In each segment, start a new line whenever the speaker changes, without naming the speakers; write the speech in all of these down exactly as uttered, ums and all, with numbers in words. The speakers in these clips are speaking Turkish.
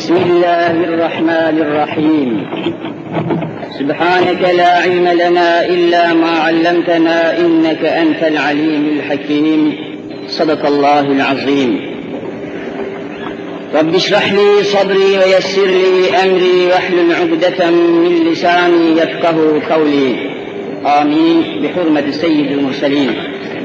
بسم الله الرحمن الرحيم. سبحانك لا علم لنا إلا ما علمتنا إنك أنت العليم الحكيم. صدق الله العظيم. رب اشرح لي صدري ويسر لي أمري واحلل عقدة من لساني يفقه قولي. آمين بحرمة سيد المرسلين.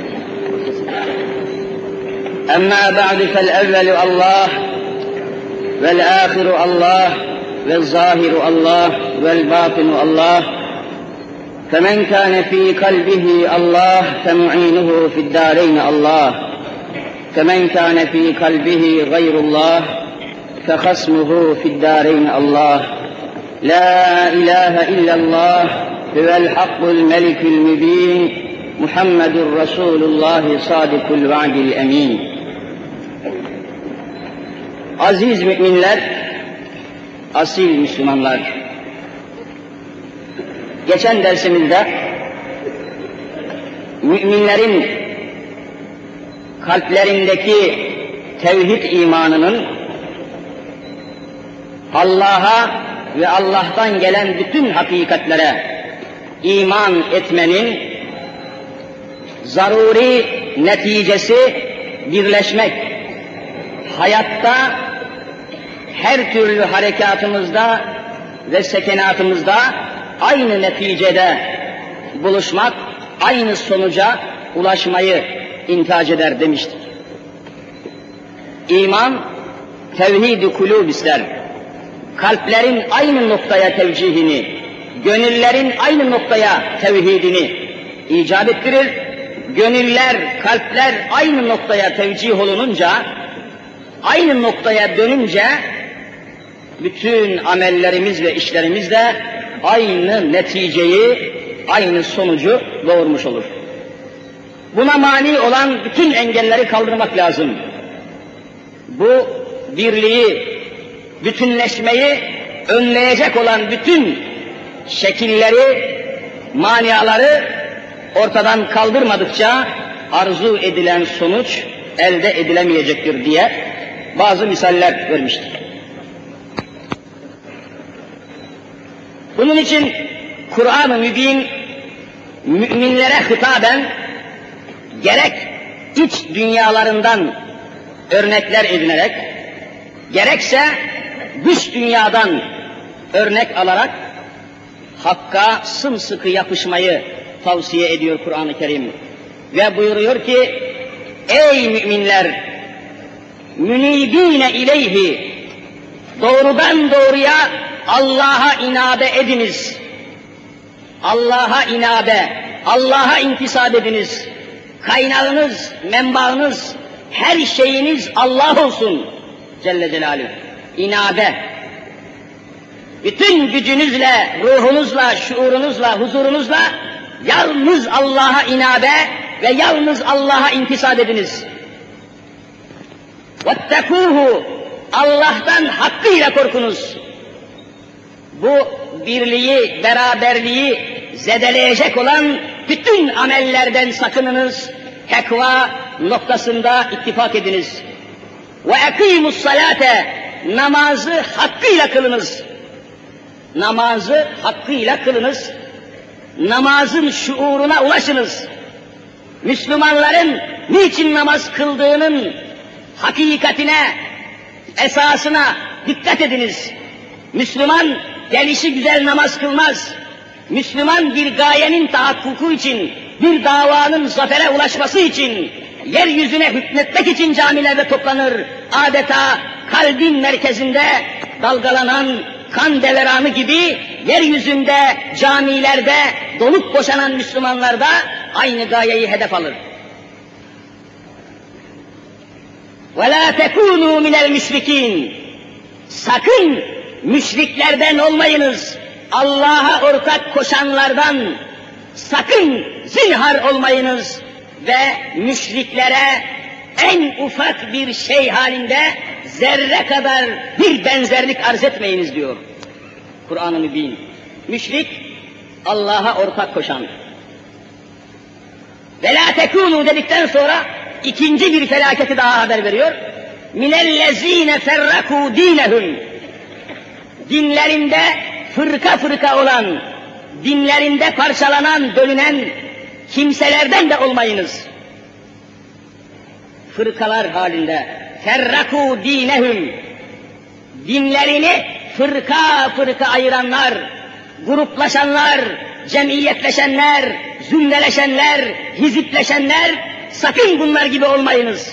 أما بعد فالأول الله والآخر الله والظاهر الله والباطن الله، فمن كان في قلبه الله فمعينه في الدارين الله، فمن كان في قلبه غير الله فخصمه في الدارين الله. لا إله إلا الله هو الحق الملك المبين، محمد رسول الله صادق الوعد الأمين. Aziz müminler, asil Müslümanlar, geçen dersimizde müminlerin kalplerindeki tevhid imanının Allah'a ve Allah'tan gelen bütün hakikatlere iman etmenin zaruri neticesi birleşmek, hayatta her türlü harekatımızda ve sekenatımızda aynı neticede buluşmak, aynı sonuca ulaşmayı intihac eder demiştik. İman, tevhid-i kulûb ister. Kalplerin aynı noktaya tevcihini, gönüllerin aynı noktaya tevhidini icap ettirir. Gönüller, kalpler aynı noktaya tevcih olununca, aynı noktaya dönünce, bütün amellerimiz ve işlerimiz de aynı neticeyi, aynı sonucu doğurmuş olur. Buna mani olan bütün engelleri kaldırmak lazım. Bu birliği, bütünleşmeyi önleyecek olan bütün şekilleri, maniaları ortadan kaldırmadıkça arzu edilen sonuç elde edilemeyecektir diye bazı misaller vermiştik. Bunun için Kur'an-ı Mübin müminlere hitaben gerek iç dünyalarından örnekler edinerek, gerekse dış dünyadan örnek alarak Hakk'a sımsıkı yapışmayı tavsiye ediyor Kur'an-ı Kerim. Ve buyuruyor ki, ey müminler, münibine ileyhi, doğrudan doğruya Allah'a inabe ediniz. Allah'a inabe, Allah'a intisap ediniz. Kaynağınız, menbaınız, her şeyiniz Allah olsun Celle Celaluhu. İnabe. Bütün gücünüzle, ruhunuzla, şuurunuzla, huzurunuzla yalnız Allah'a inabe ve yalnız Allah'a intisap ediniz. وَاتَّقُوهُ, Allah'tan hakkıyla korkunuz. Bu birliği, beraberliği zedeleyecek olan bütün amellerden sakınınız. Tekva noktasında ittifak ediniz. وَاَقِيمُ الصَّلَاةَ, namazı hakkıyla kılınız. Namazı hakkıyla kılınız. Namazın şuuruna ulaşınız. Müslümanların niçin namaz kıldığının hakikatine, esasına dikkat ediniz. Müslüman gelişi güzel namaz kılmaz. Müslüman bir gayenin tahakkuku için, bir davanın zafere ulaşması için, yeryüzüne hükmetmek için camilerde toplanır. Adeta kalbin merkezinde dalgalanan kan deveranı gibi yeryüzünde, camilerde dolup boşanan Müslümanlar da aynı gayeyi hedef alır. وَلَا تَكُونُوا مِنَ الْمُشْرِكِينَ, sakın müşriklerden olmayınız. Allah'a ortak koşanlardan sakın zinhar olmayınız ve müşriklere en ufak bir şey halinde zerre kadar bir benzerlik arz etmeyiniz diyor Kur'an-ı Mübin. Müşrik, Allah'a ortak koşan. Ve la tekûnû dedikten sonra ikinci bir felaketi daha haber veriyor. minellezîne ferrakû dînehum, dinlerinde fırka fırka olan, dinlerinde parçalanan, bölünen kimselerden de olmayınız. Fırkalar halinde, ferraku dinehum, dinlerini fırka fırka ayıranlar, gruplaşanlar, cemiyetleşenler, zümreleşenler, hizipleşenler, sakın bunlar gibi olmayınız.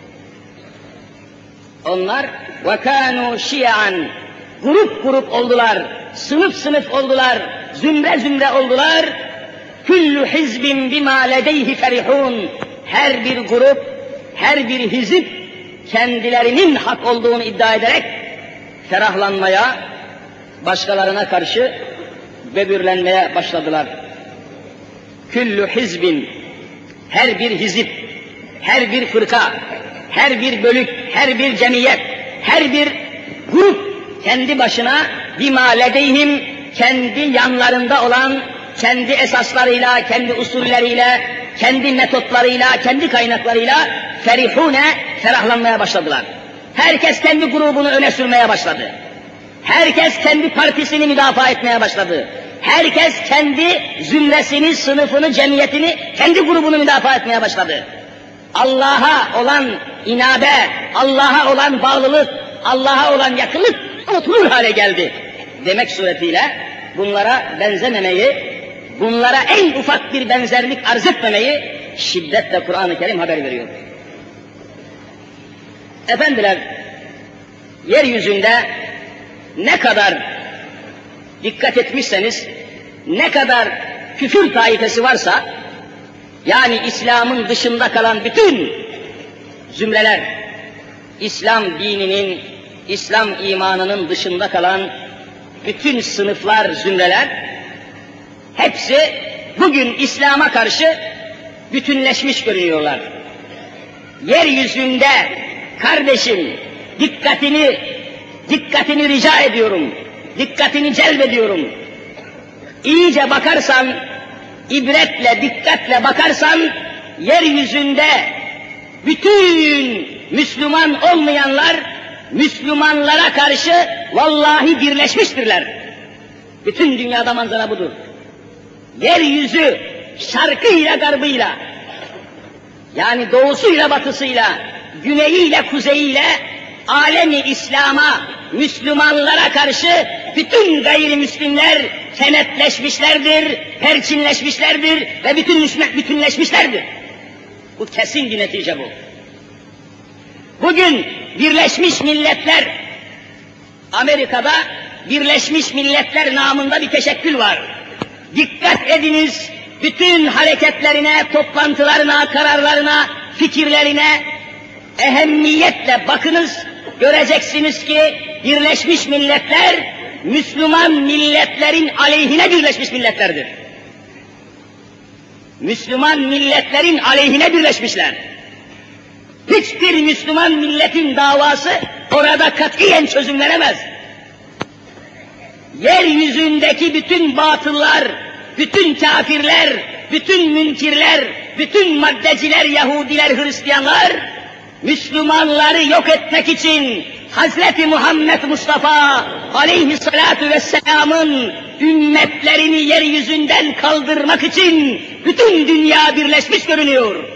Onlar وَكَانُوا شِيَعًا, grup grup oldular, sınıf sınıf oldular, zümre zümre oldular. كُلُّ حِزْبٍ بِمَا لَدَيْهِ فَرِحُونَ, her bir grup, her bir hizip kendilerinin hak olduğunu iddia ederek ferahlanmaya, başkalarına karşı böbürlenmeye başladılar. Küllü hizbin, her bir hizip, her bir fırka, her bir bölük, her bir cemiyet, her bir grup kendi başına bima ledeyhim, kendi yanlarında olan, kendi esaslarıyla, kendi usulleriyle, kendi metotlarıyla, kendi kaynaklarıyla ferihune, ferahlanmaya başladılar. Herkes kendi grubunu öne sürmeye başladı. Herkes kendi partisini müdafaa etmeye başladı. Herkes kendi zümresini, sınıfını, cemiyetini, kendi grubunu müdafaa etmeye başladı. Allah'a olan inabe, Allah'a olan bağlılık, Allah'a olan yakınlık oturur hale geldi demek suretiyle bunlara benzememeyi, bunlara en ufak bir benzerlik arz etmemeyi şiddetle Kur'an-ı Kerim haber veriyor. Efendiler, yeryüzünde ne kadar dikkat etmişseniz, ne kadar küfür taifesi varsa, yani İslam'ın dışında kalan bütün zümreler, İslam dininin, İslam imanının dışında kalan bütün sınıflar, zümreler, hepsi bugün İslam'a karşı bütünleşmiş görünüyorlar. Yeryüzünde kardeşim, dikkatini, dikkatini rica ediyorum, dikkatini celbediyorum. İyice bakarsan, ibretle, dikkatle bakarsan, yeryüzünde bütün Müslüman olmayanlar, Müslümanlara karşı vallahi birleşmiştirler. Bütün dünyada manzara budur. Yeryüzü şarkıyla garbıyla, yani doğusuyla batısıyla, güneyiyle kuzeyiyle, alemi İslam'a, Müslümanlara karşı bütün gayrimüslimler kenetleşmişlerdir, perçinleşmişlerdir ve bütün bütünleşmişlerdir. Bu kesin bir netice bu. Bugün Birleşmiş Milletler, Amerika'da Birleşmiş Milletler namında bir teşekkül var. Dikkat ediniz, bütün hareketlerine, toplantılarına, kararlarına, fikirlerine ehemmiyetle bakınız, göreceksiniz ki Birleşmiş Milletler, Müslüman milletlerin aleyhine Birleşmiş Milletlerdir. Müslüman milletlerin aleyhine birleşmişler. Hiçbir Müslüman milletin davası orada katiyen çözümlenemez. Yeryüzündeki bütün batıllar, bütün kafirler, bütün münkirler, bütün maddeciler, Yahudiler, Hristiyanlar, Müslümanları yok etmek için Hazreti Muhammed Mustafa aleyhissalatu vesselamın ümmetlerini yeryüzünden kaldırmak için bütün dünya birleşmiş görünüyor.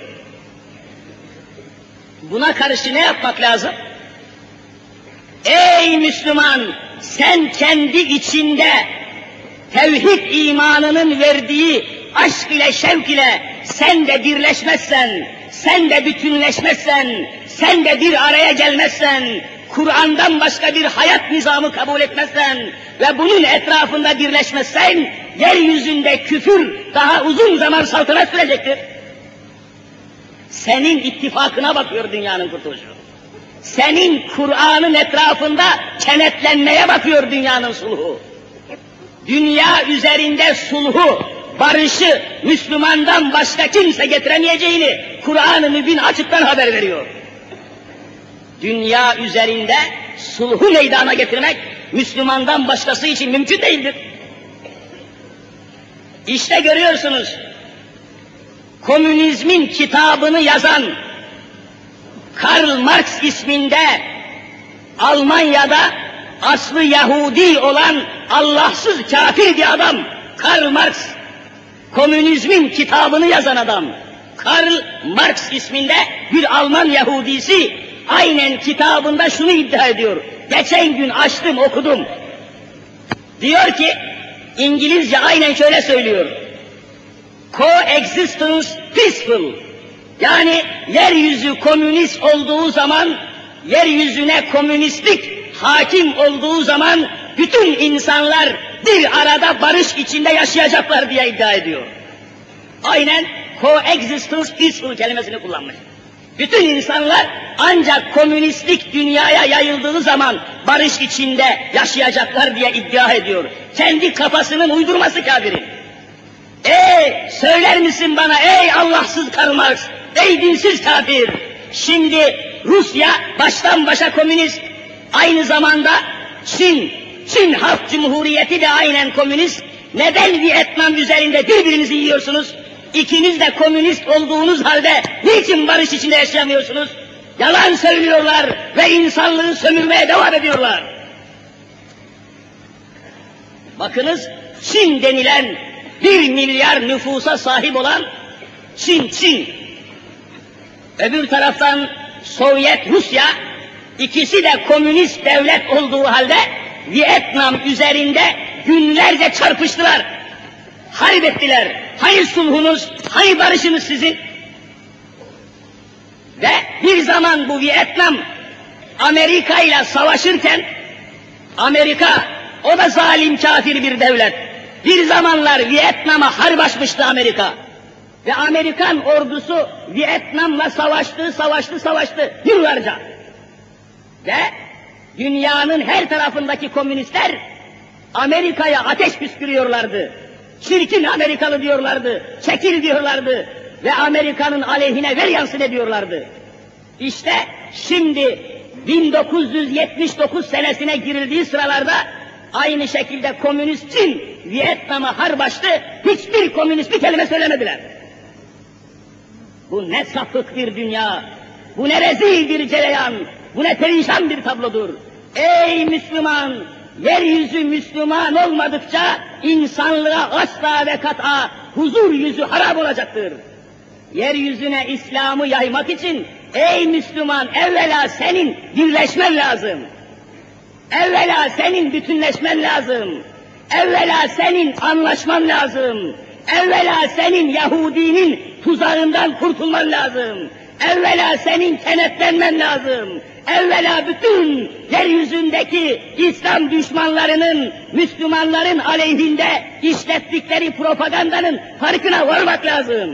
Buna karşı ne yapmak lazım? Ey Müslüman, sen kendi içinde tevhid imanının verdiği aşk ile, şevk ile sen de birleşmezsen, sen de bütünleşmezsen, sen de bir araya gelmezsen, Kur'an'dan başka bir hayat nizamı kabul etmezsen ve bunun etrafında birleşmezsen, yeryüzünde küfür daha uzun zaman saltanat sürecektir. Senin ittifakına bakıyor dünyanın kurtuluşu. Senin Kur'an'ın etrafında kenetlenmeye bakıyor dünyanın sulhu. Dünya üzerinde sulhu, barışı Müslümandan başka kimse getiremeyeceğini Kur'an-ı Mübin açıktan haber veriyor. Dünya üzerinde sulhu meydana getirmek Müslümandan başkası için mümkün değildir. İşte görüyorsunuz, komünizmin kitabını yazan Karl Marx isminde Almanya'da
aslı Yahudi olan Allahsız kafir bir adam, Karl Marx, komünizmin kitabını yazan adam, Karl Marx isminde bir Alman Yahudisi, aynen kitabında şunu iddia ediyor. Geçen gün açtım, okudum. Diyor ki, İngilizce aynen şöyle söylüyor. Coexistence peaceful. Yani yeryüzü komünist olduğu zaman, yeryüzüne komünistlik hakim olduğu zaman bütün insanlar bir arada barış içinde yaşayacaklar diye iddia ediyor. Aynen coexistence peaceful kelimesini kullanmış. Bütün insanlar ancak komünistlik dünyaya yayıldığı zaman barış içinde yaşayacaklar diye iddia ediyor. Kendi kafasının uydurması kafirin. Ey söyler misin bana ey Allahsız Karl Marx, ey dinsiz kafir, şimdi Rusya baştan başa komünist, aynı zamanda Çin, Çin Halk Cumhuriyeti de aynen komünist. Neden Vietnam üzerinde birbirinizi yiyorsunuz? İkiniz de komünist olduğunuz halde niçin barış içinde yaşayamıyorsunuz? Yalan söylüyorlar ve insanlığı sömürmeye devam ediyorlar. Bakınız Çin denilen bir milyar nüfusa sahip olan Çin, Çin. Öbür taraftan Sovyet Rusya, ikisi de komünist devlet olduğu halde Vietnam üzerinde günlerce çarpıştılar. Harp ettiler. Hani sulhunuz, hani barışınız sizin? Ve bir zaman bu Vietnam Amerika ile savaşırken, Amerika, o da zalim kafir bir devlet. Bir zamanlar Vietnam'a harp açmıştı Amerika. Ve Amerikan ordusu Vietnam'la savaştı, savaştı, savaştı yıllarca. Ve dünyanın her tarafındaki komünistler Amerika'ya ateş püskürüyorlardı. Çirkin Amerikalı diyorlardı, çekil diyorlardı ve Amerika'nın aleyhine ver yansın ediyorlardı. İşte şimdi bin dokuz yüz yetmiş dokuz senesine girildiği sıralarda aynı şekilde komünist Çin Vietnam'a harp açtı, hiçbir komünist bir kelime söylemediler. Bu ne sapık bir dünya, bu ne rezil bir cereyan, bu ne perişan bir tablodur. Ey Müslüman! Yeryüzü Müslüman olmadıkça insanlığa asla ve kat'a huzur yüzü harap olacaktır. Yeryüzüne İslam'ı yaymak için ey Müslüman evvela senin birleşmen lazım. Evvela senin bütünleşmen lazım. Evvela senin anlaşman lazım. Evvela senin Yahudinin tuzağından kurtulman lazım. Evvela senin kenetlenmen lazım. Evvela bütün yeryüzündeki İslam düşmanlarının, Müslümanların aleyhinde işlettikleri propagandanın farkına varmak lazım.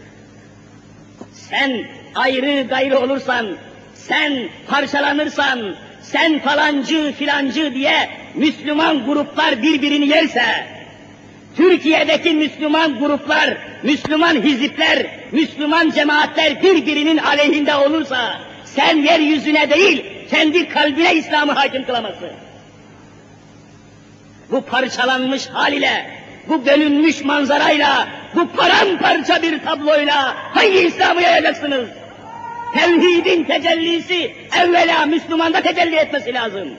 Sen ayrı gayrı olursan, sen parçalanırsan, sen falancı filancı diye Müslüman gruplar birbirini yerse, Türkiye'deki Müslüman gruplar, Müslüman hizipler, Müslüman cemaatler birbirinin aleyhinde olursa, sen yeryüzüne değil, kendi kalbine İslam'ı hakim kılamazsın. Bu parçalanmış hal ile, bu bölünmüş manzarayla, bu paramparça bir tabloyla hangi İslam'ı yayacaksınız? Tevhidin tecellisi evvela Müslümanda tecelli etmesi lazım.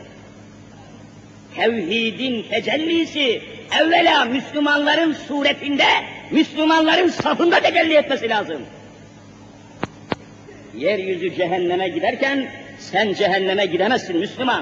Tevhidin tecellisi evvela Müslümanların suretinde, Müslümanların safında tecelli etmesi lazım. Yeryüzü cehenneme giderken sen cehenneme gidemezsin Müslüman.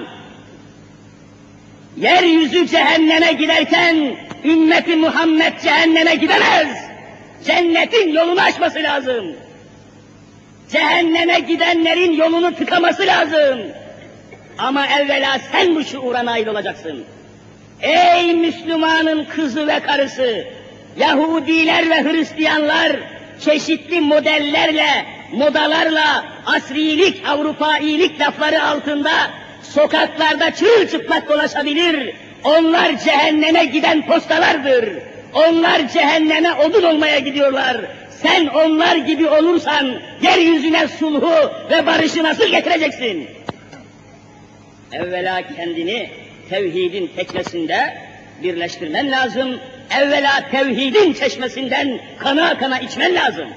Yeryüzü cehenneme giderken ümmeti Muhammed cehenneme gidemez. Cennetin yolunu açması lazım. Cehenneme gidenlerin yolunu tıkaması lazım. Ama evvela sen bu şuura nail olacaksın. Ey Müslümanın kızı ve karısı, Yahudiler ve Hristiyanlar çeşitli modellerle, modalarla, asrilik, Avrupailik lafları altında sokaklarda çırılçıplak dolaşabilir. Onlar cehenneme giden postalardır. Onlar cehenneme odun olmaya gidiyorlar. Sen onlar gibi olursan yeryüzüne sulhu ve barışı nasıl getireceksin? Evvela kendini tevhidin teknesinde birleştirmen lazım. Evvela tevhidin çeşmesinden kana kana içmen lazım.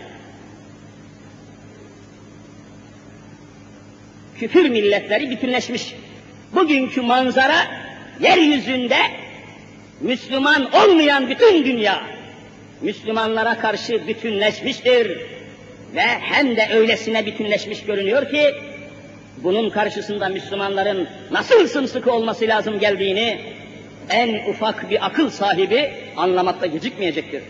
Küfür milletleri bütünleşmiş. Bugünkü manzara, yeryüzünde Müslüman olmayan bütün dünya, Müslümanlara karşı bütünleşmiştir ve hem de öylesine bütünleşmiş görünüyor ki, bunun karşısında Müslümanların nasıl sımsıkı olması lazım geldiğini, en ufak bir akıl sahibi anlamakta gecikmeyecektir.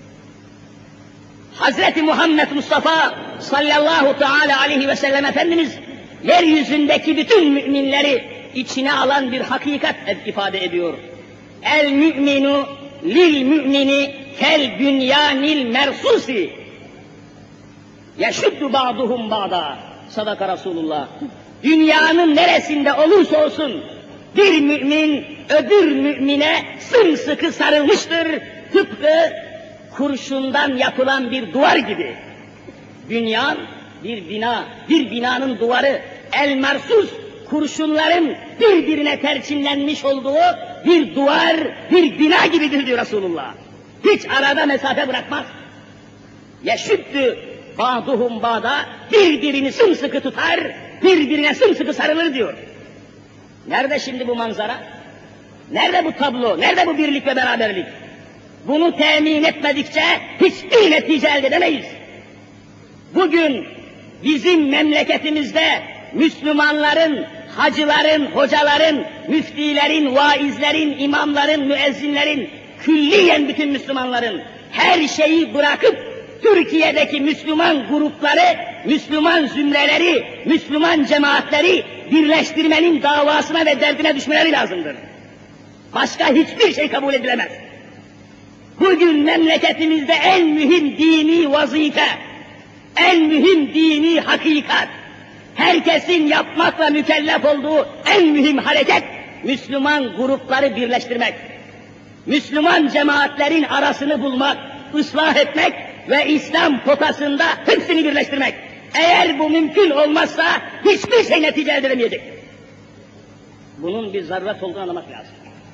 Hazreti Muhammed Mustafa sallallahu teala aleyhi ve sellem Efendimiz, yeryüzündeki bütün müminleri içine alan bir hakikat ifade ediyor. El müminu lil mümini kel bünyanil mersusi yeşuddu ba'duhum ba'da. Sadaka Resulullah. Dünyanın neresinde olursa olsun bir mümin öbür mümine sımsıkı sarılmıştır, tıpkı kurşundan yapılan bir duvar gibi. Bünyan bir bina, bir binanın duvarı, el mersus, kurşunların birbirine terçinlenmiş olduğu bir duvar, bir bina gibidir diyor Resulullah. Hiç arada mesafe bırakmaz. Yeşüddü ba'duhum ba'da, birbirini sımsıkı tutar, birbirine sımsıkı sarılır diyor. Nerede şimdi bu manzara? Nerede bu tablo? Nerede bu birlik ve beraberlik? Bunu temin etmedikçe hiçbir netice elde edemeyiz. Bugün bizim memleketimizde Müslümanların, hacıların, hocaların, müftilerin, vaizlerin, imamların, müezzinlerin, külliyen bütün Müslümanların her şeyi bırakıp Türkiye'deki Müslüman grupları, Müslüman zümreleri, Müslüman cemaatleri birleştirmenin davasına ve derdine düşmeleri lazımdır. Başka hiçbir şey kabul edilemez. Bugün memleketimizde en mühim dini vazife, en mühim dini hakikat, herkesin yapmakla mükellef olduğu en mühim hareket, Müslüman grupları birleştirmek, Müslüman cemaatlerin arasını bulmak, ıslah etmek ve İslam potasında hepsini birleştirmek. Eğer bu mümkün olmazsa hiçbir şey netice elde edemeyecek. Bunun bir zaruret olduğunu anlamak lazım.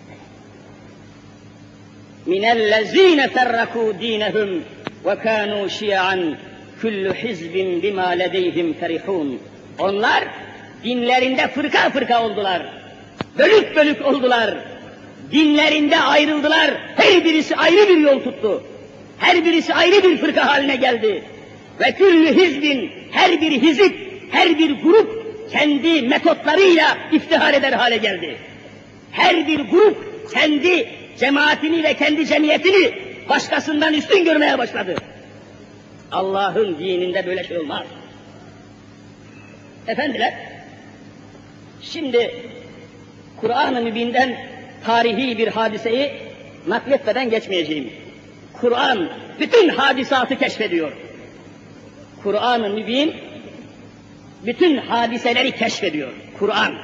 Minellezîne ferrakû dînehum ve kânû şia'an kullu hizbin bimâ ledeyhim ferihûn. Onlar dinlerinde fırka fırka oldular. Bölük bölük oldular. Dinlerinde ayrıldılar. Her birisi ayrı bir yol tuttu. Her birisi ayrı bir fırka haline geldi. Ve küllü hizbin, her bir hizip, her bir grup kendi metotlarıyla iftihar eder hale geldi. Her bir grup kendi cemaatini ve kendi cemiyetini başkasından üstün görmeye başladı. Allah'ın dininde böyle şey olmaz. Efendiler, şimdi Kur'an-ı Mübin'den tarihi bir hadiseyi nakletmeden geçmeyeceğim. Kur'an bütün hadisatı keşfediyor. Kur'an-ı Mübin bütün hadiseleri keşfediyor. Kur'an.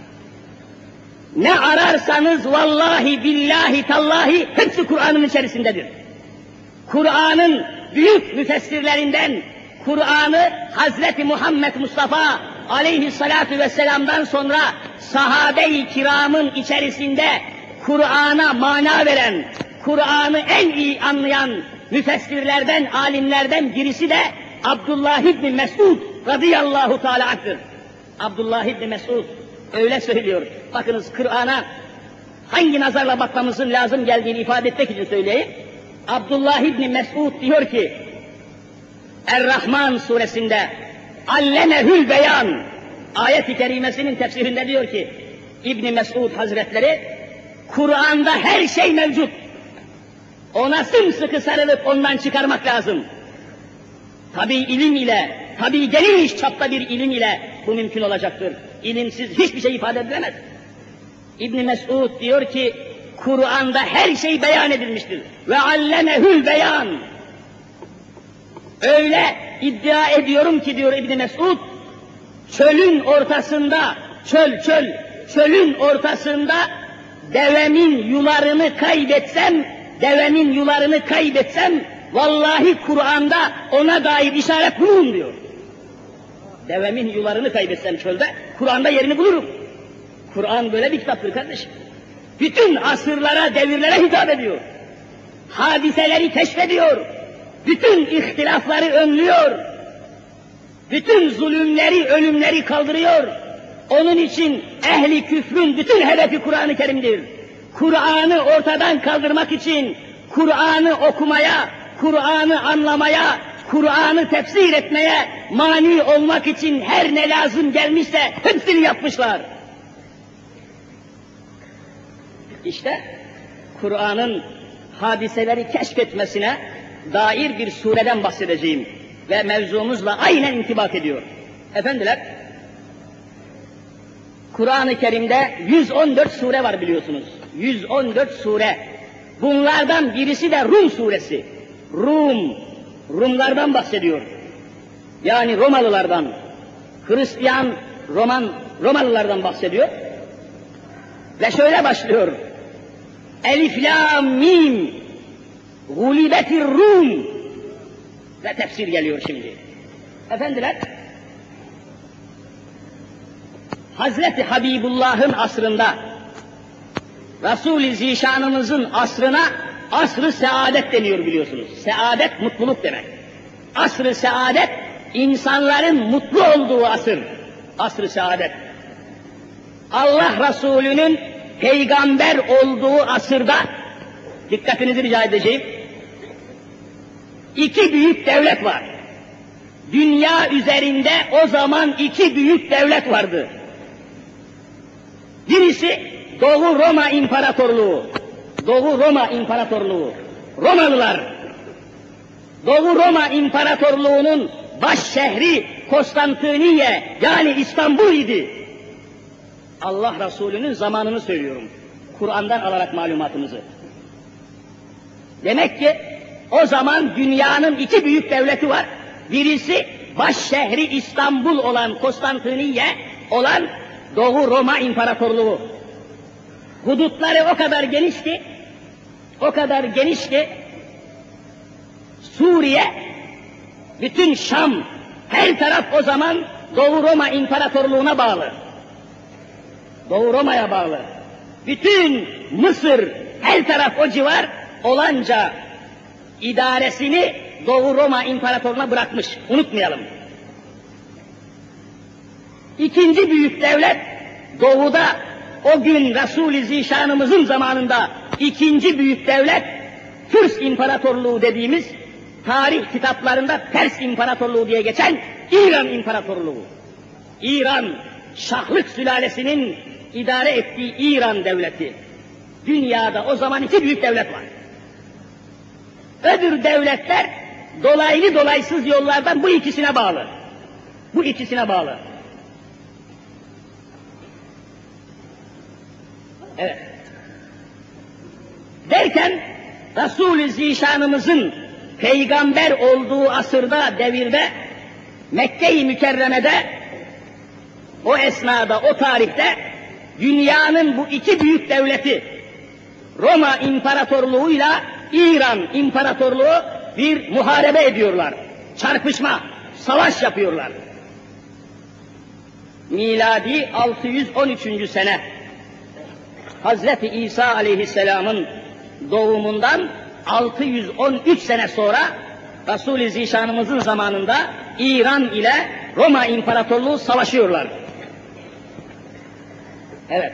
Ne ararsanız vallahi billahi tallahi hepsi Kur'an'ın içerisindedir. Kur'an'ın büyük müfessirlerinden Kur'an'ı Hazreti Muhammed Mustafa aleyhissalatu vesselam'dan sonra sahabe-i kiramın içerisinde Kur'an'a mana veren, Kur'an'ı en iyi anlayan müfessirlerden, alimlerden birisi de Abdullah İbni Mesud radıyallahu teala anh'tır. Abdullah İbni Mesud öyle söylüyor. Bakınız Kur'an'a hangi nazarla bakmamızın lazım geldiğini ifade etmek için söyleyeyim. Abdullah İbni Mesud diyor ki, Er-Rahman suresinde Allemehül beyan ayet-i kerimesinin tefsirinde diyor ki İbni Mesud Hazretleri, Kur'an'da her şey mevcut. Ona sımsıkı sarılıp ondan çıkarmak lazım. Tabi ilim ile, tabi geniş çapta bir ilim ile bu mümkün olacaktır. İlimsiz hiçbir şey ifade edilemez. İbni Mesud diyor ki, Kur'an'da her şey beyan edilmiştir. Ve allemehül beyan. Öyle iddia ediyorum ki diyor İbni Mesud, çölün ortasında, çöl çöl, çölün ortasında devemin yularını kaybetsem, devemin yularını kaybetsem, vallahi Kur'an'da ona dair işaret bulurum diyor. Devemin yularını kaybetsem çölde, Kur'an'da yerini bulurum. Kur'an böyle bir kitaptır kardeşim. Bütün asırlara, devirlere hitap ediyor. Hadiseleri keşfediyor. Bütün ihtilafları önlüyor. Bütün zulümleri, ölümleri kaldırıyor. Onun için ehli küfrün bütün hedefi Kur'an-ı Kerim'dir. Kur'an'ı ortadan kaldırmak için, Kur'an'ı okumaya, Kur'an'ı anlamaya, Kur'an'ı tefsir etmeye mani olmak için her ne lazım gelmişse hepsini yapmışlar. İşte Kur'an'ın hadiseleri keşfetmesine dair bir sureden bahsedeceğim ve mevzumuzla aynen intibak ediyor. Efendiler, Kur'an-ı Kerim'de yüz on dört sure var biliyorsunuz. yüz on dört sure. Bunlardan birisi de Rum suresi. Rum, Rumlardan bahsediyor. Yani Romalılardan, Hristiyan, Roman, Romalılardan bahsediyor. Ve şöyle başlıyor. Elif, Lam, Mim, Gulibetir Rum. Ve tefsir geliyor şimdi. Efendiler, Hazreti Habibullah'ın asrında, Resul-i Zişanımızın asrına asr-ı saadet deniyor biliyorsunuz. Saadet, mutluluk demek. Asr-ı saadet, insanların mutlu olduğu asır. Asr-ı saadet. Allah Resulü'nün peygamber olduğu asırda, dikkatinizi rica edeceğim, iki büyük devlet var. Dünya üzerinde o zaman iki büyük devlet vardı. Birisi Doğu Roma İmparatorluğu. Doğu Roma İmparatorluğu. Romalılar. Doğu Roma İmparatorluğu'nun baş şehri Konstantiniye yani İstanbul idi. Allah Resulü'nün zamanını söylüyorum. Kur'an'dan alarak malumatımızı. Demek ki o zaman dünyanın iki büyük devleti var. Birisi baş şehri İstanbul olan Konstantiniye olan Doğu Roma İmparatorluğu. Hudutları o kadar geniş ki, o kadar geniş ki, Suriye, bütün Şam, her taraf o zaman Doğu Roma İmparatorluğu'na bağlı. Doğu Roma'ya bağlı. Bütün Mısır, her taraf o civar olanca idaresini Doğu Roma İmparatorluğu'na bırakmış. Unutmayalım. İkinci büyük devlet Doğu'da o gün Resul-i Zişanımızın zamanında ikinci büyük devlet Furs İmparatorluğu dediğimiz tarih kitaplarında Pers İmparatorluğu diye geçen İran İmparatorluğu. İran, Şahlık sülalesinin idare ettiği İran devleti. Dünyada o zaman iki büyük devlet var. Öbür devletler dolaylı dolaysız yollardan bu ikisine bağlı. Bu ikisine bağlı. Evet. Derken Resul-i Zişanımızın peygamber olduğu asırda, devirde, Mekke-i Mükerreme'de, o esnada, o tarihte dünyanın bu iki büyük devleti Roma İmparatorluğu'yla İran İmparatorluğu bir muharebe ediyorlar. Çarpışma, savaş yapıyorlar. Miladi altı yüz on üçüncü sene Hazreti İsa Aleyhisselam'ın doğumundan altı yüz on üç sene sonra Resul-i Zişanımızın zamanında İran ile Roma İmparatorluğu savaşıyorlar. Evet.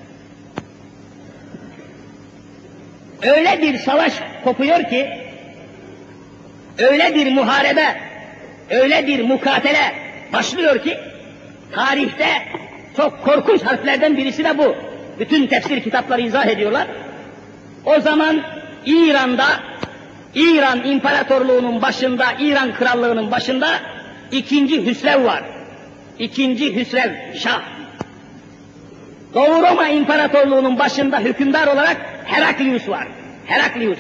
Öyle bir savaş kopuyor ki, öyle bir muharebe, öyle bir mukatele başlıyor ki, tarihte çok korkunç harflerden birisi de bu. Bütün tefsir kitapları izah ediyorlar. O zaman İran'da, İran İmparatorluğu'nun başında, İran Krallığı'nın başında ikinci Hüsrev var. İkinci Hüsrev Şah. Doğu Roma İmparatorluğu'nun başında hükümdar olarak Heraklius var. Heraklius.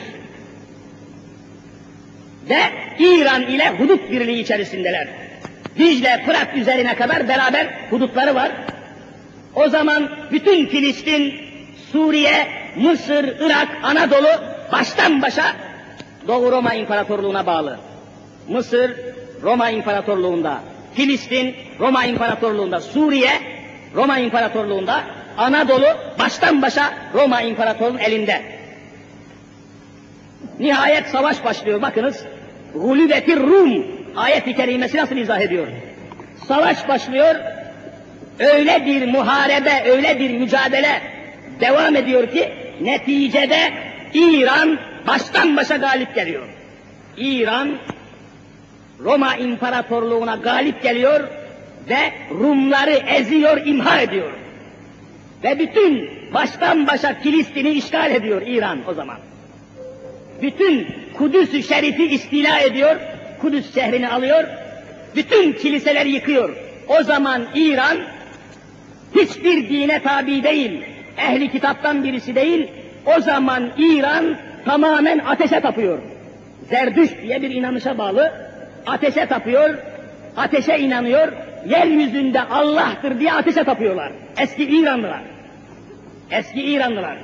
Ve İran ile hudut birliği içerisindeler. Dicle, Fırat üzerine kadar beraber hudutları var. O zaman bütün Filistin, Suriye, Mısır, Irak, Anadolu baştan başa Doğu Roma İmparatorluğu'na bağlı. Mısır, Roma İmparatorluğu'nda, Filistin, Roma İmparatorluğu'nda, Suriye, Roma İmparatorluğu'nda, Anadolu baştan başa Roma İmparatorluğu'nun elinde. Nihayet savaş başlıyor. Bakınız, Gulibetir Rum ayet-i kerimesi nasıl izah ediyor? Savaş başlıyor, öyle bir muharebe, öyle bir mücadele devam ediyor ki neticede İran baştan başa galip geliyor. İran Roma İmparatorluğu'na galip geliyor ve Rumları eziyor, imha ediyor. Ve bütün baştan başa Filistin'i işgal ediyor İran o zaman. Bütün Kudüs-ü Şerif'i istila ediyor, Kudüs şehrini alıyor, bütün kiliseleri yıkıyor. O zaman İran hiçbir dine tabi değil, ehli kitaptan birisi değil, o zaman İran tamamen ateşe tapıyor. Zerdüşt diye bir inanışa bağlı, ateşe tapıyor, ateşe inanıyor, yeryüzünde Allah'tır diye ateşe tapıyorlar. Eski İranlılar. Eski İranlılar.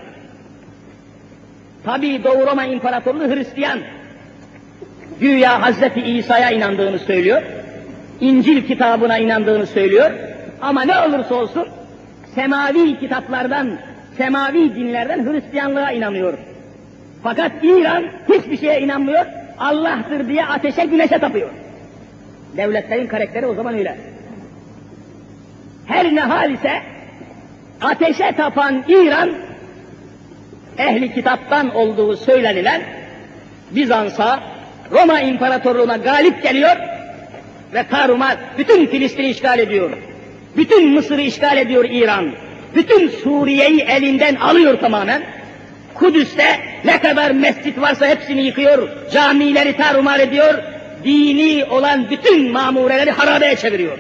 Tabii Doğu Roma İmparatorluğu Hristiyan. Güya Hazreti İsa'ya inandığını söylüyor. İncil kitabına inandığını söylüyor. Ama ne olursa olsun semavi kitaplardan, semavi dinlerden Hristiyanlığa inanıyor. Fakat İran hiçbir şeye inanmıyor. Allah'tır diye ateşe, güneşe tapıyor. Devletlerin karakteri o zaman öyle. Her ne hal ise ateşe tapan İran, ehli kitaptan olduğu söylenilen Bizans'a, Roma İmparatorluğu'na galip geliyor ve tarumar bütün Filistin'i işgal ediyor. Bütün Mısır'ı işgal ediyor İran. Bütün Suriye'yi elinden alıyor tamamen. Kudüs'te ne kadar mescit varsa hepsini yıkıyor, camileri tarumar ediyor, dini olan bütün mamureleri harabeye çeviriyor.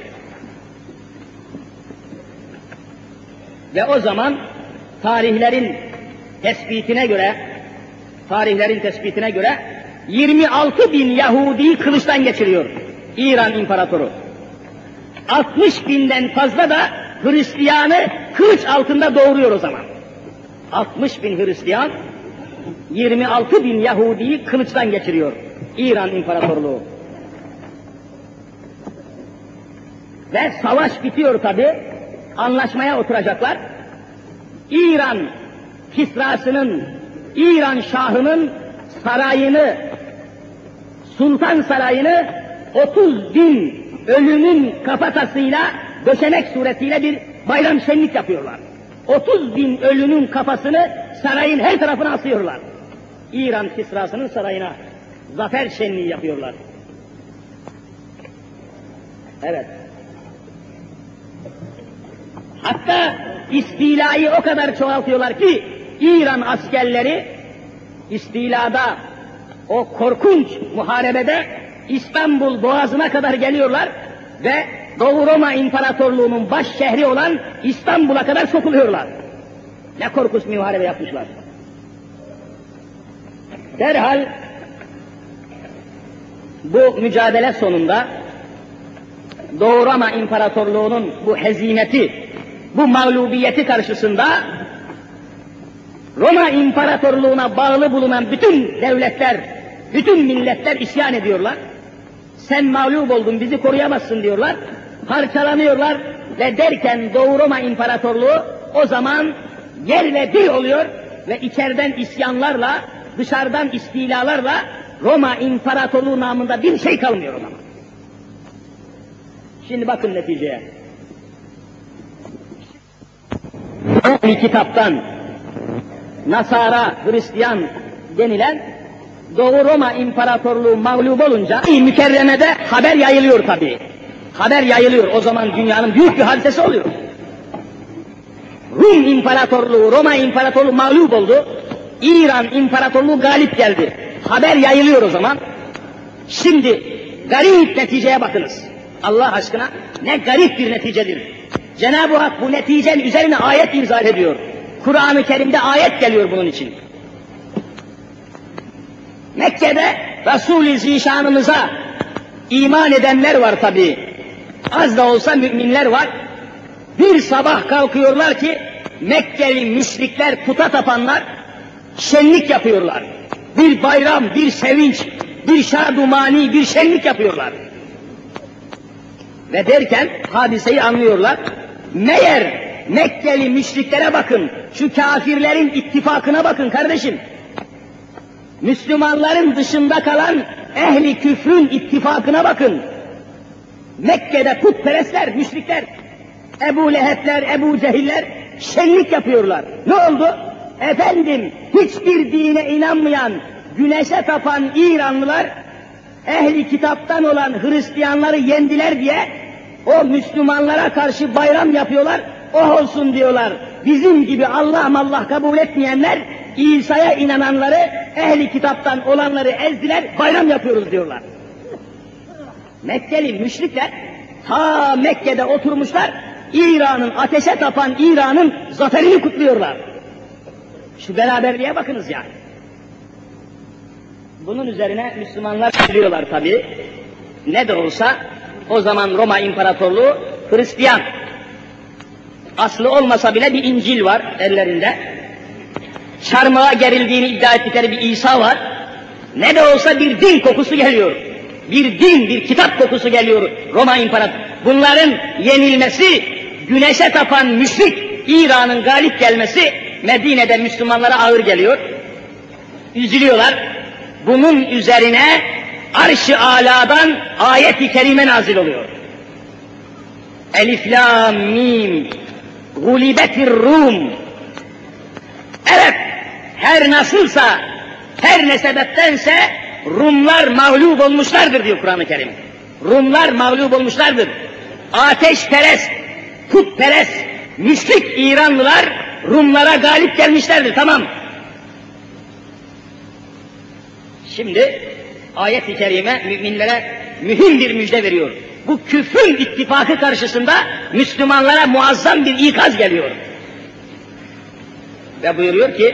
Ve o zaman tarihlerin tespitine göre, tarihlerin tespitine göre yirmi altı bin Yahudi'yi kılıçtan geçiriyor İran İmparatoru. altmış binden fazla da Hristiyanı kılıç altında doğuruyor o zaman. altmış bin Hristiyan, yirmi altı bin Yahudi'yi kılıçtan geçiriyor İran İmparatorluğu. Ve savaş bitiyor tabi, anlaşmaya oturacaklar. İran Kisrası'nın, İran Şahı'nın sarayını, Sultan Sarayı'nı otuz bin ölünün kafatasıyla döşemek suretiyle bir bayram şenlik yapıyorlar. otuz bin ölünün kafasını sarayın her tarafına asıyorlar. İran Kisrası'nın sarayına zafer şenliği yapıyorlar. Evet. Hatta istilayı o kadar çoğaltıyorlar ki İran askerleri istilada, o korkunç muharebede İstanbul Boğazı'na kadar geliyorlar ve Doğu Roma İmparatorluğu'nun baş şehri olan İstanbul'a kadar sokuluyorlar. Ne korkunç bir muharebe yapmışlar. Derhal bu mücadele sonunda Doğu Roma İmparatorluğu'nun bu hezimeti, bu mağlubiyeti karşısında Roma İmparatorluğu'na bağlı bulunan bütün devletler, bütün milletler isyan ediyorlar. Sen mağlup oldun, bizi koruyamazsın diyorlar. Parçalanıyorlar ve derken Doğu Roma İmparatorluğu o zaman yerle bir oluyor ve içeriden isyanlarla, dışarıdan istilalarla Roma İmparatorluğu namında bir şey kalmıyor o zaman. Şimdi bakın neticeye. Bir kitaptan Nasara, Hristiyan denilen Doğu Roma İmparatorluğu mağlup olunca mükerremede haber yayılıyor tabii. Haber yayılıyor. O zaman dünyanın büyük bir hadisesi oluyor. Rum İmparatorluğu, Roma İmparatorluğu mağlup oldu. İran İmparatorluğu galip geldi. Haber yayılıyor o zaman. Şimdi garip neticeye bakınız. Allah aşkına ne garip bir neticedir. Cenab-ı Hak bu neticenin üzerine ayet imza ediyor. Kur'an-ı Kerim'de ayet geliyor bunun için. Mekke'de Resul-i Zişanımıza iman edenler var tabi. Az da olsa müminler var. Bir sabah kalkıyorlar ki Mekkeli müşrikler, puta tapanlar şenlik yapıyorlar. Bir bayram, bir sevinç, bir şadumani, bir şenlik yapıyorlar. Ve derken hadiseyi anlıyorlar. Meğer Mekkeli müşriklere bakın, şu kafirlerin ittifakına bakın kardeşim. Müslümanların dışında kalan ehli küfrün ittifakına bakın. Mekke'de putperestler, müşrikler Ebu Leheb'ler, Ebu Cehiller şenlik yapıyorlar. Ne oldu? Efendim, hiçbir dine inanmayan, güneşe tapan İranlılar, ehli kitaptan olan Hristiyanları yendiler diye o Müslümanlara karşı bayram yapıyorlar, oh olsun diyorlar. Bizim gibi Allah Allah kabul etmeyenler, İsa'ya inananları, ehli kitaptan olanları ezdiler, bayram yapıyoruz diyorlar. Mekkeli müşrikler, ta Mekke'de oturmuşlar, İran'ın, ateşe tapan İran'ın zaferini kutluyorlar. Şu beraberliğe bakınız yani. Bunun üzerine Müslümanlar biliyorlar tabii. Ne de olsa o zaman Roma İmparatorluğu Hristiyan. Aslı olmasa bile bir İncil var ellerinde. Çarmıha gerildiğini iddia ettikleri bir İsa var. Ne de olsa bir din kokusu geliyor. Bir din, bir kitap kokusu geliyor Roma İmparatorluğu. Bunların yenilmesi, güneşe tapan müşrik İran'ın galip gelmesi Medine'de Müslümanlara ağır geliyor. Üzülüyorlar. Bunun üzerine Arş-ı Alâ'dan ayet-i kerime nazil oluyor. Elif, Lam, Mim, Gulibetir Rum. Evet, her nasılsa, her ne sebeptense Rumlar mağlup olmuşlardır diyor Kur'an-ı Kerim. Rumlar mağlup olmuşlardır. Ateşperest, putperest, müşrik İranlılar Rumlara galip gelmişlerdir, tamam. Şimdi ayet-i kerime müminlere mühim bir müjde veriyor. Bu küfrün ittifakı karşısında Müslümanlara muazzam bir ikaz geliyor. Ve buyuruyor ki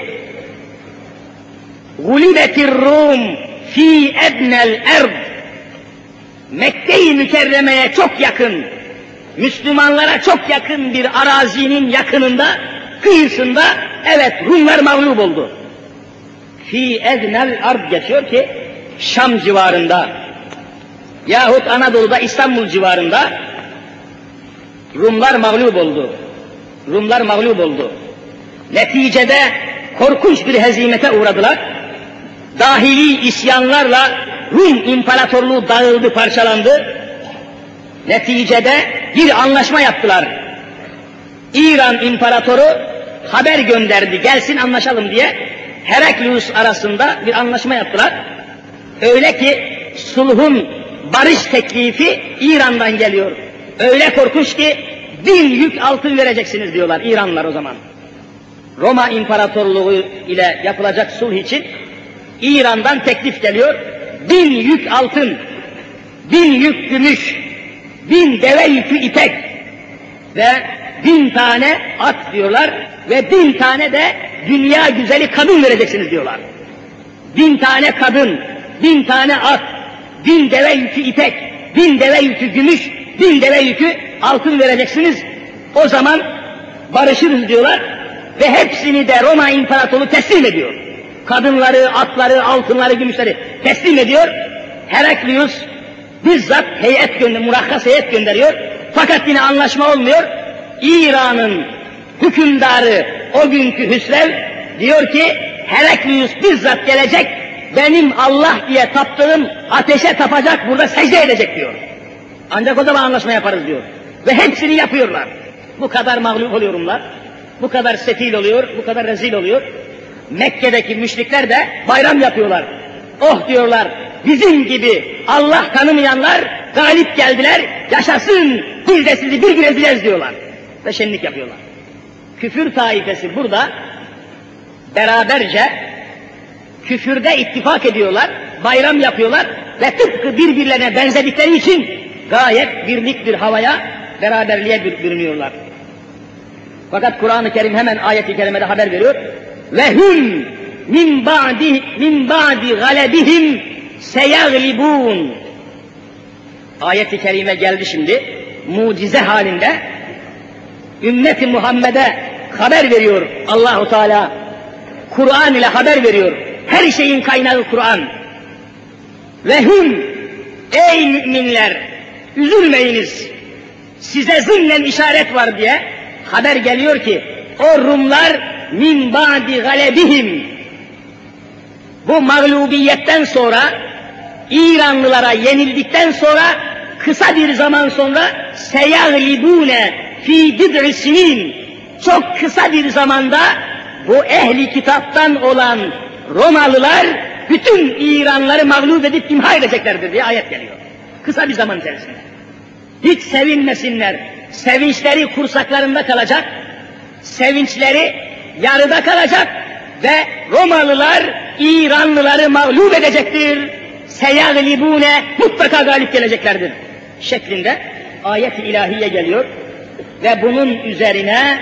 Gulibetir Rum fi ednel erd. Mekke-i Mükerreme'ye çok yakın, Müslümanlara çok yakın bir arazinin yakınında, kıyısında, evet Rumlar mağlup oldu. Fi ednel ard geçiyor ki Şam civarında yahut Anadolu'da İstanbul civarında Rumlar mağlup oldu. Rumlar mağlup oldu. Neticede korkunç bir hezimete uğradılar. Dahili isyanlarla Rum İmparatorluğu dağıldı, parçalandı. Neticede bir anlaşma yaptılar. İran İmparatoru haber gönderdi, gelsin anlaşalım diye. Heraklius arasında bir anlaşma yaptılar. Öyle ki sulhun, barış teklifi İran'dan geliyor. Öyle korkunç ki bin yük altın vereceksiniz diyorlar İranlılar o zaman. Roma İmparatorluğu ile yapılacak sulh için İran'dan teklif geliyor. Bin yük altın, bin yük gümüş, bin deve yükü ipek ve bin tane at diyorlar ve bin tane de dünya güzeli kadın vereceksiniz diyorlar. Bin tane kadın, bin tane at, bin deve yükü ipek, bin deve yükü gümüş, bin deve yükü altın vereceksiniz. O zaman barışırız diyorlar ve hepsini de Roma İmparatorluğu teslim ediyor. Kadınları, atları, altınları, gümüşleri teslim ediyor. Heraklius bizzat heyet gönderiyor, murakkas heyet gönderiyor. Fakat yine anlaşma olmuyor. İran'ın hükümdarı o günkü Hüsrev diyor ki Heraklius bizzat gelecek, benim Allah diye taptığım ateşe tapacak, burada secde edecek diyor. Ancak o zaman anlaşma yaparız diyor. Ve hepsini yapıyorlar. Bu kadar mağlup oluyorlar, bu kadar sefil oluyor, bu kadar rezil oluyor. Mekke'deki müşrikler de bayram yapıyorlar. Oh diyorlar, bizim gibi Allah tanımayanlar galip geldiler, yaşasın, biz de sizi bir bir ezeceğiz diyorlar. Ve şenlik yapıyorlar. Küfür taifesi burada beraberce küfürde ittifak ediyorlar, bayram yapıyorlar ve tıpkı birbirlerine benzedikleri için gayet birlik bir havaya, beraberliğe bürünüyorlar. Fakat Kur'an-ı Kerim hemen ayet-i kerimede haber veriyor. Ve hum min ba'di min ba'di galebihim seyaglibun. Ayet-i kerime geldi şimdi mucize halinde. Ümmeti Muhammed'e haber veriyor Allahu Teala. Kur'an ile haber veriyor. Her şeyin kaynağı Kur'an. Ve hum, ey müminler, üzülmeyiniz. Size zımnen işaret var diye haber geliyor ki o Rumlar min ba'di galebihim, bu mağlubiyetten sonra, İranlılara yenildikten sonra kısa bir zaman sonra seyaglibune fî bid'i sinin, çok kısa bir zamanda bu ehli kitaptan olan Romalılar bütün İranları mağlup edip imha edeceklerdir diye ayet geliyor. Kısa bir zaman içerisinde. Hiç sevinmesinler. Sevinçleri kursaklarında kalacak, sevinçleri yarıda kalacak ve Romalılar İranlıları mağlup edecektir. Seyaglibune, mutlaka galip geleceklerdir şeklinde ayet-i ilahiye geliyor ve bunun üzerine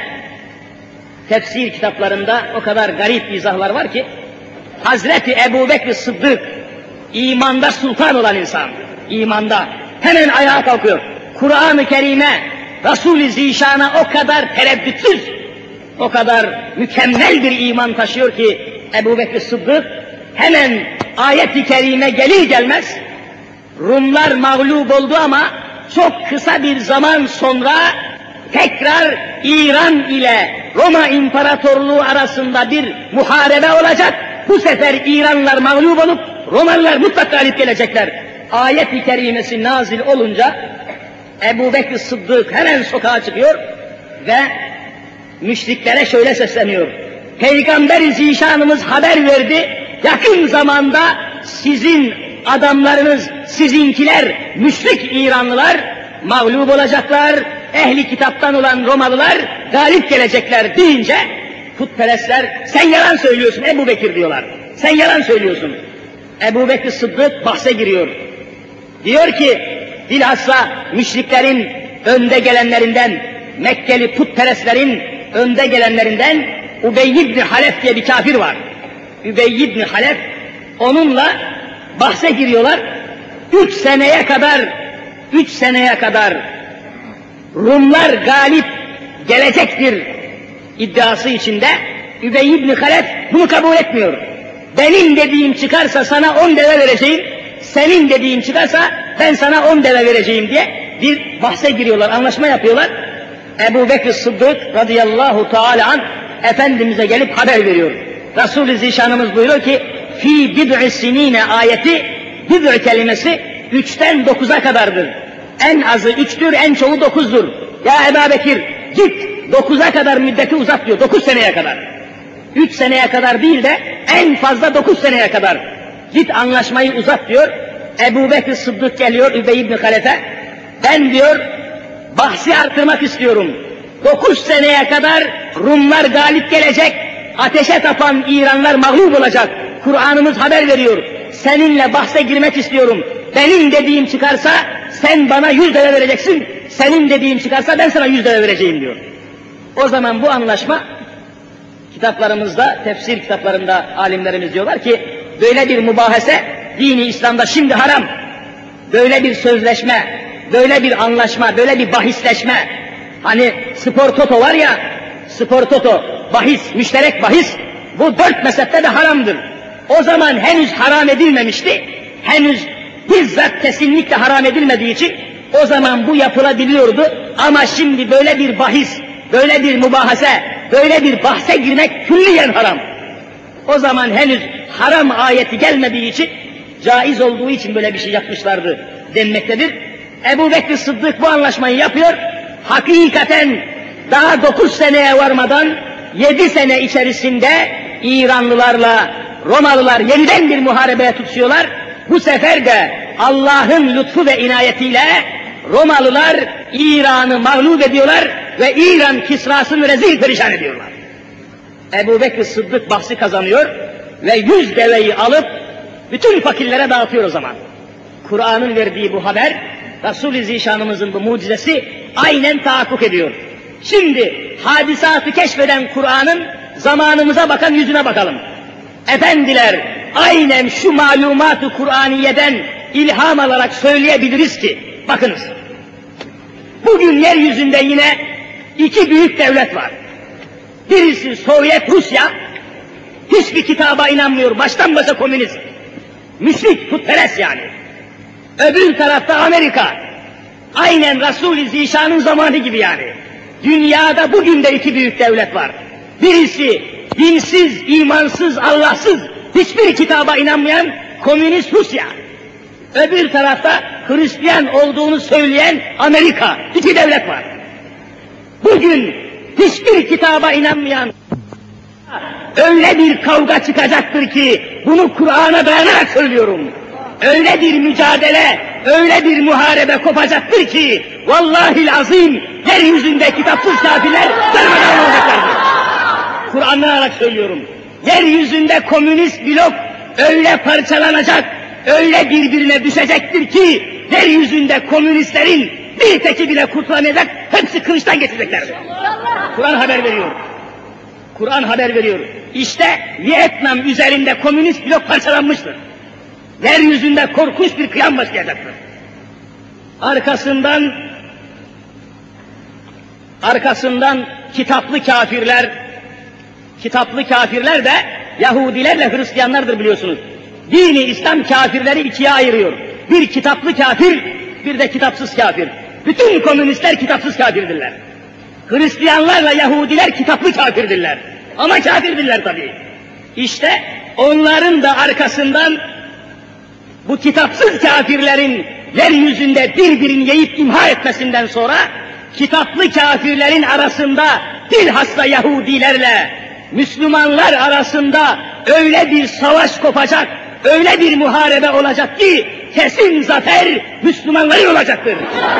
tefsir kitaplarında o kadar garip izahlar var ki Hazreti Ebubekr Sıddık, imanda sultan olan insan, imanda hemen ayağa kalkıyor. Kur'an-ı Kerim'e, Resul-i Zişan'a o kadar tereddütsüz, o kadar mükemmel bir iman taşıyor ki Ebubekr Sıddık hemen ayet-i kerime gelir gelmez Rumlar mağlup oldu ama çok kısa bir zaman sonra tekrar İran ile Roma İmparatorluğu arasında bir muharebe olacak. Bu sefer İranlılar mağlup olup Romalılar mutlak galip gelecekler. Ayet-i kerimesi nazil olunca Ebubekr Sıddık hemen sokağa çıkıyor ve müşriklere şöyle sesleniyor. Peygamber-i Zişanımız haber verdi, yakın zamanda sizin adamlarınız, sizinkiler, müşrik İranlılar mağlup olacaklar, ehli kitaptan olan Romalılar galip gelecekler deyince putperestler sen yalan söylüyorsun Ebubekir diyorlar. Sen yalan söylüyorsun. Ebubekir Sıddık bahse giriyor. Diyor ki bilhassa müşriklerin önde gelenlerinden, Mekkeli putperestlerin önde gelenlerinden Ubey ibn Halef diye bir kafir var. Ubey ibn Halef, onunla bahse giriyorlar. Üç seneye kadar, üç seneye kadar Rumlar galip gelecektir iddiası içinde. Ubey ibn Halef bunu kabul etmiyor. Benim dediğim çıkarsa sana on deve vereceğim, senin dediğin çıkarsa ben sana on deve vereceğim diye bir bahse giriyorlar, anlaşma yapıyorlar. Ebubekr Sıddık radıyallahu teala anh Efendimiz'e gelip haber veriyor. Resul-i Zişanımız buyuruyor ki fi bid'i sinine ayeti, bid'i kelimesi üçten dokuza kadardır. En azı üçtür, en çoğu dokuzdur. Ya Ebubekir git dokuza kadar müddeti uzat diyor, dokuz seneye kadar. Üç seneye kadar değil de en fazla dokuz seneye kadar. Git anlaşmayı uzat diyor. Ebubekr Sıddık geliyor Übey ibn Halef'e. Ben diyor bahsi artırmak istiyorum. Dokuz seneye kadar Rumlar galip gelecek, ateşe tapan İranlar mağlup olacak. Kur'an'ımız haber veriyor. Seninle bahse girmek istiyorum. Benim dediğim çıkarsa sen bana yüz deve vereceksin. Senin dediğin çıkarsa ben sana yüz deve vereceğim diyor. O zaman bu anlaşma kitaplarımızda, tefsir kitaplarında alimlerimiz diyorlar ki böyle bir mübahese dini İslam'da şimdi haram. Böyle bir sözleşme, böyle bir anlaşma, böyle bir bahisleşme. Hani spor toto var ya, spor toto, bahis, müşterek bahis, bu dört mezhepte de haramdır. O zaman henüz haram edilmemişti, henüz bizzat kesinlikle haram edilmediği için o zaman bu yapılabiliyordu ama şimdi böyle bir bahis, böyle bir mübahase, böyle bir bahse girmek külliyen haram. O zaman henüz haram ayeti gelmediği için, caiz olduğu için böyle bir şey yapmışlardı denmektedir. Ebubekr Sıddık bu anlaşmayı yapıyor, hakikaten daha dokuz seneye varmadan yedi sene içerisinde İranlılarla Romalılar yeniden bir muharebeye tutuşuyorlar. Bu sefer de Allah'ın lütfu ve inayetiyle Romalılar İran'ı mağlup ediyorlar ve İran Kisra'sını rezil perişan ediyorlar. Ebubekr Sıddık bahsi kazanıyor ve yüz deveyi alıp bütün fakirlere dağıtıyor o zaman. Kur'an'ın verdiği bu haber, Resul-i Zişanımızın bu mucizesi aynen tahakkuk ediyor. Şimdi hadisatı keşfeden Kur'an'ın zamanımıza bakan yüzüne bakalım. Efendiler, aynen şu malumat-ı Kur'aniye'den ilham alarak söyleyebiliriz ki, bakınız, bugün yeryüzünde yine iki büyük devlet var. Birisi Sovyet Rusya, hiçbir kitaba inanmıyor, baştan başa komünist, müşrik, putperest yani. Öbür tarafta Amerika, aynen Resul-i Zişan'ın zamanı gibi yani. Dünyada bugün de iki büyük devlet var. Birisi dinsiz, imansız, Allahsız, hiçbir kitaba inanmayan komünist Rusya. Öbür tarafta Hristiyan olduğunu söyleyen Amerika. İki devlet var. Bugün hiçbir kitaba inanmayan öyle bir kavga çıkacaktır ki, bunu Kur'an'a dayanarak söylüyorum. Öyle bir mücadele, öyle bir muharebe kopacaktır ki, vallahi azim, yeryüzünde kitapsız kafirler darmadağın olacaklardır. Kur'an'la dayanarak söylüyorum. Yeryüzünde komünist blok öyle parçalanacak, öyle birbirine düşecektir ki, yeryüzünde komünistlerin bir teki bile kurtulamayacak, hepsi kılıçtan geçeceklerdir. Kur'an haber veriyor. Kur'an haber veriyor. İşte Vietnam üzerinde komünist blok parçalanmıştır. Yeryüzünde korkunç bir kıyam başlayacaktır. Arkasından, arkasından kitaplı kafirler, kitaplı kafirler de Yahudilerle Hristiyanlardır biliyorsunuz. Dini İslam kafirleri ikiye ayırıyor. Bir kitaplı kafir, bir de kitapsız kafir. Bütün komünistler kitapsız kafirdirler. Hristiyanlarla Yahudiler kitaplı kafirdirler. Ama kafirdirler tabii. İşte onların da arkasından bu kitapsız kafirlerin yeryüzünde birbirini yiyip imha etmesinden sonra kitaplı kafirlerin arasında bilhassa Yahudilerle Müslümanlar arasında öyle bir savaş kopacak, öyle bir muharebe olacak ki kesin zafer Müslümanların olacaktır.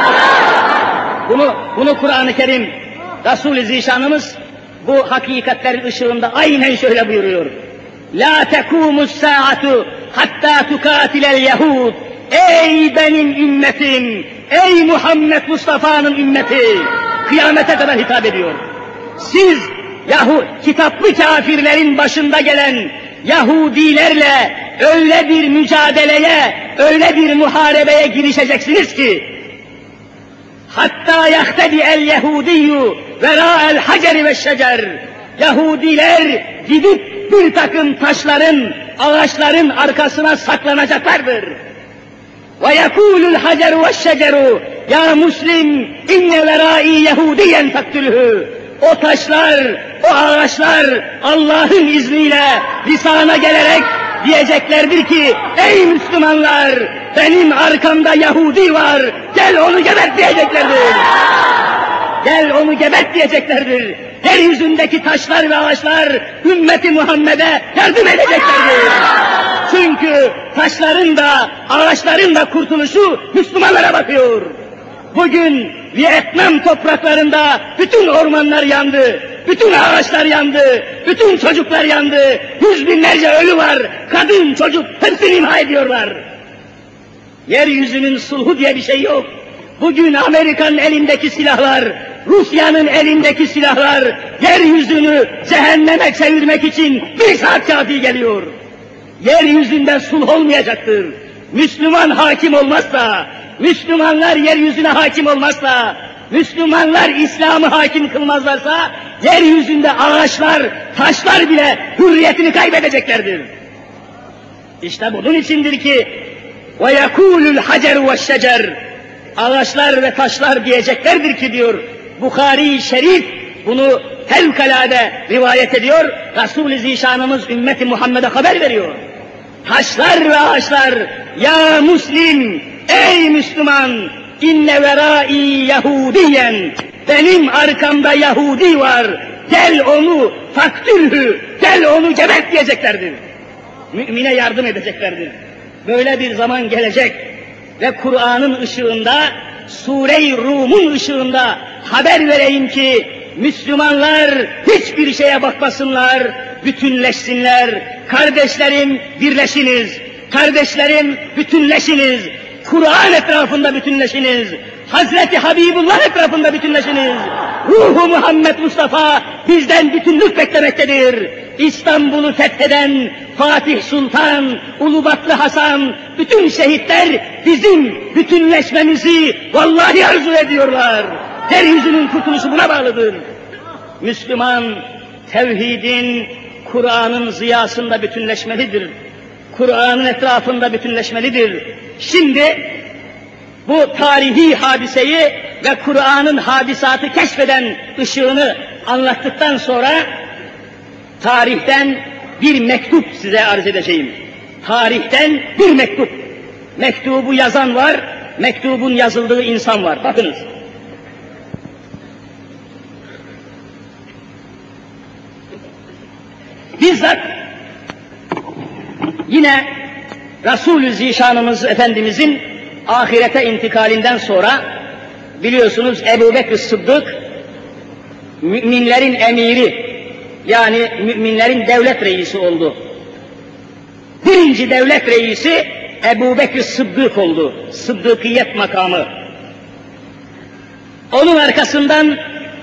Bunu, bunu Kur'an-ı Kerim, Resul-i Zişanımız bu hakikatlerin ışığında aynen şöyle buyuruyor. La tekumus saatu hatta tukatilel Yahud. Ey benim ümmetim, ey Muhammed Mustafa'nın ümmeti, kıyamete kadar hitap ediyor. Siz Yahu kitaplı kafirlerin başında gelen Yahudilerle öyle bir mücadeleye, öyle bir muharebeye girişeceksiniz ki hatta yahtedi el Yahudiyyu vera'el haceri ve şecer. Yahudiler gidip bir takım taşların, ağaçların arkasına saklanacaklardır. Ve yekulul haceru ve şeceru ya Müslim inne verâi Yahudiyen faktülhü. O taşlar, o ağaçlar Allah'ın izniyle lisana gelerek diyeceklerdir ki ey Müslümanlar benim arkamda Yahudi var, gel onu gebert diyeceklerdir. Gel onu gebert diyeceklerdir. Yeryüzündeki taşlar ve ağaçlar ümmeti Muhammed'e yardım edeceklerdir. Çünkü taşların da ağaçların da kurtuluşu Müslümanlara bakıyor. Bugün Vietnam topraklarında bütün ormanlar yandı, bütün ağaçlar yandı, bütün çocuklar yandı, yüz binlerce ölü var, kadın, çocuk hepsini imha ediyorlar. Yeryüzünün sulhu diye bir şey yok. Bugün Amerika'nın elindeki silahlar, Rusya'nın elindeki silahlar, yeryüzünü cehenneme çevirmek için bir saat kafi geliyor. Yeryüzünde sulh olmayacaktır. Müslüman hakim olmazsa, Müslümanlar yeryüzüne hakim olmazsa, Müslümanlar İslam'ı hakim kılmazlarsa, yeryüzünde ağaçlar, taşlar bile hürriyetini kaybedeceklerdir. İşte bunun içindir ki وَيَكُولُ الْحَجَرُ وَالشَّجَرُ ağaçlar ve taşlar diyeceklerdir ki diyor, Bukhari-i Şerif bunu fevkalade rivayet ediyor, Resul-i Zişanımız ümmeti Muhammed'e haber veriyor. Taşlar ve ağaçlar, ya Müslim, ey Müslüman, inne verai Yahudiyen, benim arkamda Yahudi var, gel onu faktülhü, gel onu gebert diyeceklerdir. Mümine yardım edeceklerdir. Böyle bir zaman gelecek ve Kur'an'ın ışığında, Sure-i Rum'un ışığında haber vereyim ki Müslümanlar hiçbir şeye bakmasınlar, bütünleşsinler. Kardeşlerim birleşiniz, kardeşlerim bütünleşiniz, Kur'an etrafında bütünleşiniz, Hazreti Habibullah etrafında bütünleşiniz. Ruhu Muhammed Mustafa bizden bütünlük beklemektedir. İstanbul'u fetheden Fatih Sultan, Ulubatlı Hasan, bütün şehitler bizim bütünleşmemizi vallahi arzu ediyorlar. Yeryüzünün kurtuluşu buna bağlıdır. Müslüman, tevhidin, Kur'an'ın ziyasında bütünleşmelidir. Kur'an'ın etrafında bütünleşmelidir. Şimdi bu tarihi hadiseyi ve Kur'an'ın hadisatı keşfeden ışığını anlattıktan sonra tarihten bir mektup size arz edeceğim. Tarihten bir mektup. Mektubu yazan var, mektubun yazıldığı insan var. Bakınız. Bizzat yine Resul-i Zişanımız Efendimizin ahirete intikalinden sonra biliyorsunuz Ebu Bekr Sıddık müminlerin emiri, yani müminlerin devlet reisi oldu. Birinci devlet reisi Ebu Bekr Sıddık oldu. Sıddıkiyet makamı. Onun arkasından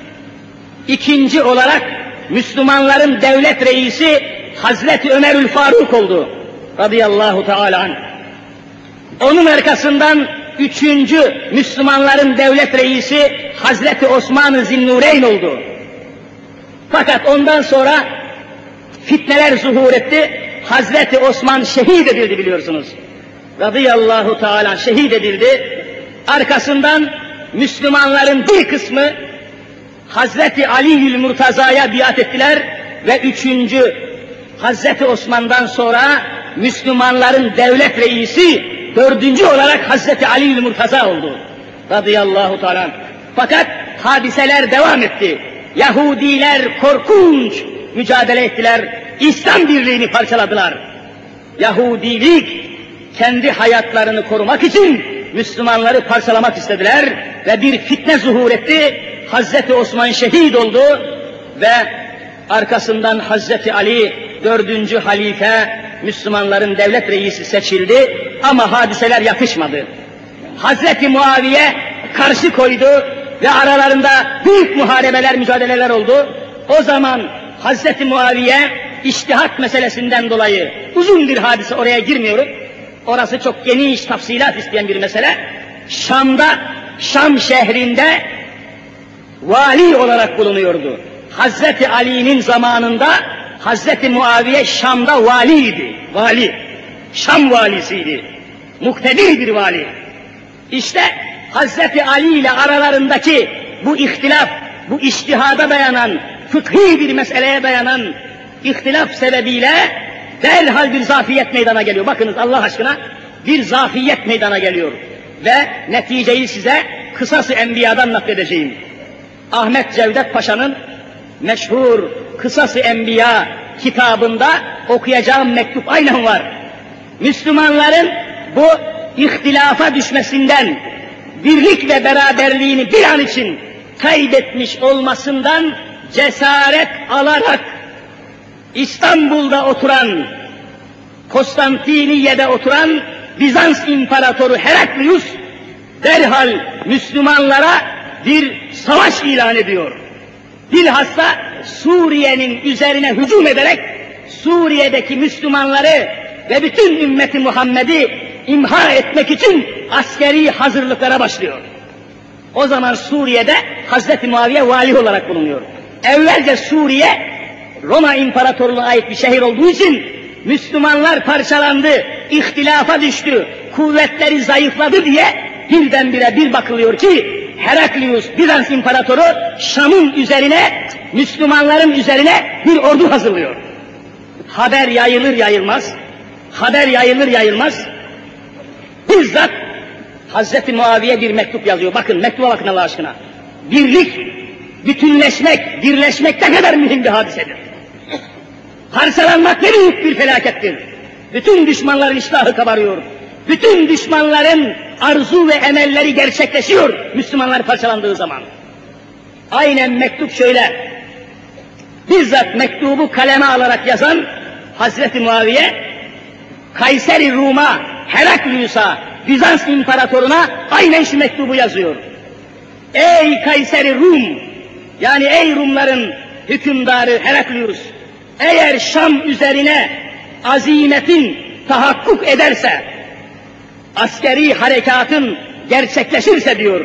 ikinci olarak Müslümanların devlet reisi Hazreti Ömerül Faruk oldu. Radıyallahu teâlâ anh. Onun arkasından üçüncü Müslümanların devlet reisi Hazreti Osman-ı Zinnureyn oldu. Fakat ondan sonra fitneler zuhur etti. Hazreti Osman şehit edildi biliyorsunuz. Radıyallahu teâlâ şehit edildi. Arkasından Müslümanların bir kısmı Hazreti Ali'ül Murtaza'ya biat ettiler ve üçüncü Hazreti Osman'dan sonra Müslümanların devlet reisi dördüncü olarak Hazreti Ali'ül Murtaza oldu. Radıyallahu teâlâ. Fakat hadiseler devam etti. Yahudiler korkunç mücadele ettiler. İslam birliğini parçaladılar. Yahudilik kendi hayatlarını korumak için Müslümanları parçalamak istediler ve bir fitne zuhur etti. Hazreti Osman şehit oldu ve arkasından Hazreti Ali dördüncü halife Müslümanların devlet reisi seçildi ama hadiseler yatışmadı. Hazreti Muaviye karşı koydu ve aralarında büyük muharebeler, mücadeleler oldu. O zaman Hazreti Muaviye içtihat meselesinden dolayı uzun bir hadise, oraya girmiyorum. Orası çok geniş tafsilat isteyen bir mesele. Şam'da, Şam şehrinde vali olarak bulunuyordu. Hazreti Ali'nin zamanında Hazreti Muaviye Şam'da valiydi. Vali. Şam valisiydi. Muktedir bir vali. İşte Hazreti Ali ile aralarındaki bu ihtilaf, bu içtihada dayanan, fıkhi bir meseleye dayanan ihtilaf sebebiyle derhal bir zafiyet meydana geliyor. Bakınız Allah aşkına bir zafiyet meydana geliyor. Ve neticeyi size Kısas-ı Enbiya'dan nakledeceğim. Ahmet Cevdet Paşa'nın meşhur Kısas-ı Enbiya kitabında okuyacağım mektup aynen var. Müslümanların bu ihtilafa düşmesinden, birlik ve beraberliğini bir an için kaybetmiş olmasından cesaret alarak İstanbul'da oturan, Konstantiniye'de oturan Bizans İmparatoru Heraklius derhal Müslümanlara bir savaş ilan ediyor. Bilhassa Suriye'nin üzerine hücum ederek Suriye'deki Müslümanları ve bütün ümmeti Muhammed'i imha etmek için askeri hazırlıklara başlıyor. O zaman Suriye'de Hazreti Muaviye vali olarak bulunuyor. Evvelce Suriye Roma İmparatorluğu'na ait bir şehir olduğu için Müslümanlar parçalandı, ihtilafa düştü, kuvvetleri zayıfladı diye birdenbire bir bakılıyor ki Heraklius Bizans İmparatoru Şam'ın üzerine, Müslümanların üzerine bir ordu hazırlıyor. Haber yayılır yayılmaz, haber yayılır yayılmaz, bizzat Hazreti Muaviye bir mektup yazıyor. Bakın mektuba bakın Allah aşkına. Birlik, bütünleşmek, birleşmek ne kadar mühim bir hadisedir. Parçalanmak ne büyük bir felakettir. Bütün düşmanların iştahı kabarıyor. Bütün düşmanların arzu ve emelleri gerçekleşiyor Müslümanlar parçalandığı zaman. Aynen mektup şöyle. Bizzat mektubu kaleme alarak yazan Hazreti Muaviye, Kayseri Rum'a, Heraklius'a, Bizans İmparatoruna aynen şu mektubu yazıyor. Ey Kayseri Rum, yani ey Rumların hükümdarı Heraklius, eğer Şam üzerine azimetin tahakkuk ederse, askeri harekatın gerçekleşirse diyor,